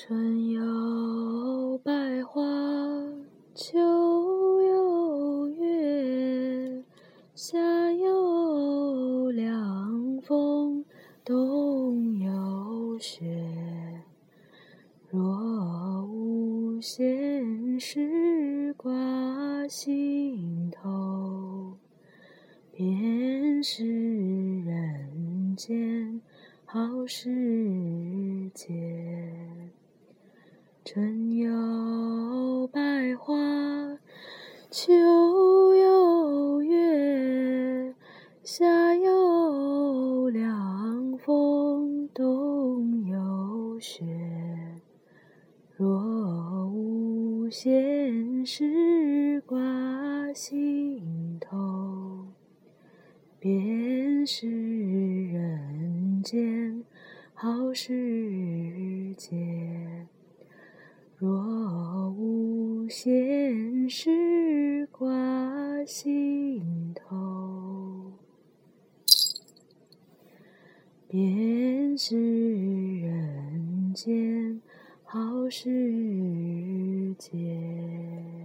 春有百花，秋有月，夏有凉风，冬有雪。若无闲事挂心头，便是人间好时节。春有百花，秋有月，夏有凉风，冬有雪。若无闲事挂心头，便是人间好时节。若无闲事挂心头，便是人间好时节。